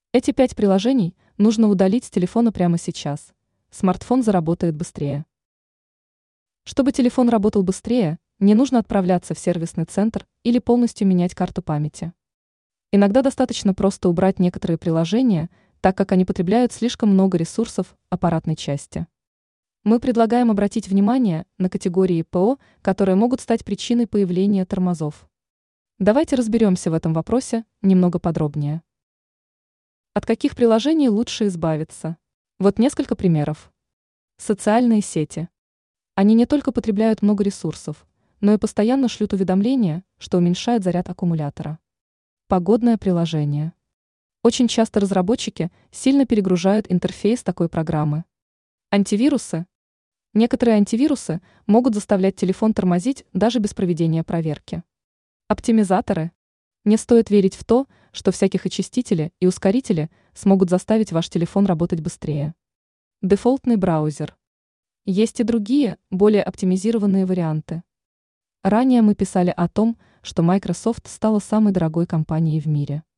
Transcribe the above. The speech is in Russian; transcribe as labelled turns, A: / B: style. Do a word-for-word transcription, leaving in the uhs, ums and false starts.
A: Эти пять приложений нужно удалить с телефона прямо сейчас. Смартфон заработает быстрее. Чтобы телефон работал быстрее, не нужно отправляться в сервисный центр или полностью менять карту памяти. Иногда достаточно просто убрать некоторые приложения, так как они потребляют слишком много ресурсов аппаратной части. Мы предлагаем обратить внимание на категории ПО, которые могут стать причиной появления тормозов. Давайте разберемся в этом вопросе немного подробнее. От каких приложений лучше избавиться? Вот несколько примеров. Социальные сети. Они не только потребляют много ресурсов, но и постоянно шлют уведомления, что уменьшает заряд аккумулятора. Погодное приложение. Очень часто разработчики сильно перегружают интерфейс такой программы. Антивирусы. Некоторые антивирусы могут заставлять телефон тормозить даже без проведения проверки. Оптимизаторы. Не стоит верить в то, что всяких очистители и ускорители смогут заставить ваш телефон работать быстрее. Дефолтный браузер. Есть и другие, более оптимизированные варианты. Ранее мы писали о том, что Microsoft стала самой дорогой компанией в мире.